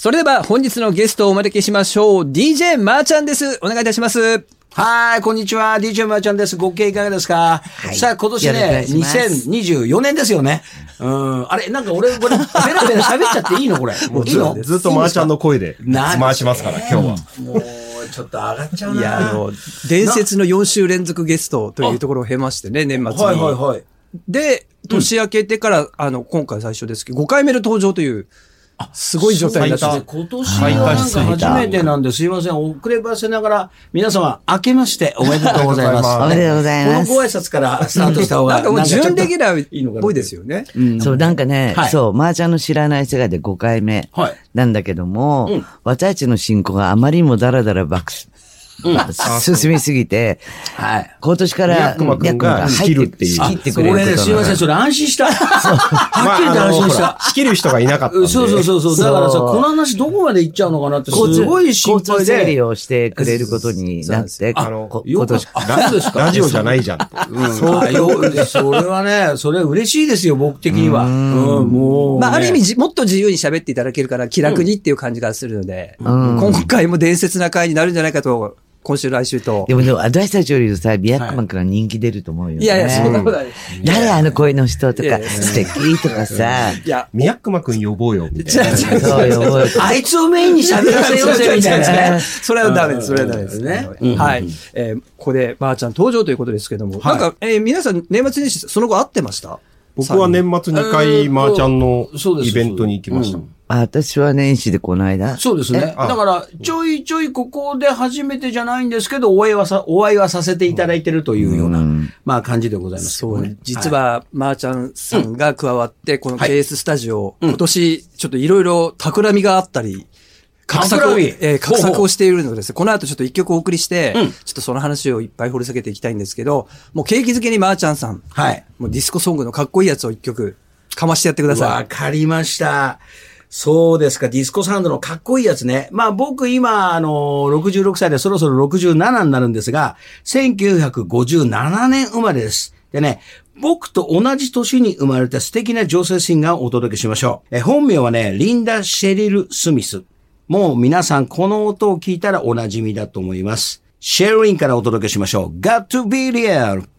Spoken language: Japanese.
それでは本日のゲストをお招きしましょう。DJ まーちゃんです。お願いいたします。 はい、こんにちは。DJ まーちゃんです。ご経いかがですか？はい、さあ、今年ね、2024年ですよね。あれ、なんか俺、これ、ペラペラ喋っちゃっていいのこれ。 もうずっとまーちゃんの声で回しますから、今日は。 もう、ちょっと上がっちゃうな。 いや、伝説の4週連続ゲストというところを経ましてね、年末に。 はいはいはい。 で、年明けてから、今回最初ですけど、5回目の登場という、すごい状態になって今年はなんか初めてなんですいません。遅ればせながら、皆様、明けましておめでとうございます。 おめでとうございます。 このご挨拶からスタートした方が。 なんかもう準レギュラーっぽいですよね。 そう、なんかね、そう、まーちゃんの知らない世界で5回目なんだけども、私たちの進行があまりにもダラダラ進みすぎて、 はい。 今年から、 ヤックマ君が仕切るっていう。 仕切ってくれる。 俺ね、すいません、それ安心した。はっきりと安心した。 仕切る人がいなかったんで。 そう。だからさ、この話どこまで行っちゃうのかなって、すごい心配で。 交通整理をしてくれることになって、 今年。何ですか？ ラジオじゃないじゃん。 それはね、それは嬉しいですよ、僕的には。もう。 まあ、ある意味、もっと自由に喋っていただけるから、気楽にっていう感じがするので、今回も伝説な回になるんじゃないかと、今週来週と。 でも、私たちよりさ、ビアックマンから人気出ると思うよね。 いや、そんなことない。 誰あの声の人とか、素敵とかさ。 いや、ミヤックマ君呼ぼうよ、みたいな。 そう呼ぼうよ。 あいつをメインに喋らせようぜ、みたいな。 それはダメです、それはダメですね。はい。ここで、まーちゃん登場ということですけども、なんか、皆さん、年末年始、その後会ってました？ 僕は年末2回、まーちゃんのイベントに行きました。 私は年始でこの間。 そうですね。だから、ちょいちょいここで初めてじゃないんですけど、お会いはさせていただいているというような、まあ感じでございます。 そうね。実は、まーちゃんさんが加わって、この KS スタジオ、今年、ちょっといろいろ企みがあったり、画策をしているのです。この後ちょっと一曲お送りして、ちょっとその話をいっぱい掘り下げていきたいんですけど、もう景気づけにまーちゃんさん。はい。もうディスコソングのかっこいいやつを一曲、かましてやってください。 わかりました。そうですか、ディスコサウンドのかっこいいやつね。まあ僕今、66歳でそろそろ67になるんですが、1957年生まれです。でね、僕と同じ年に生まれた素敵な女性シンガーをお届けしましょう。本名はね、リンダ・シェリル・スミス。もう皆さんこの音を聞いたらお馴染みだと思います。シェリンからお届けしましょう。Got to be real!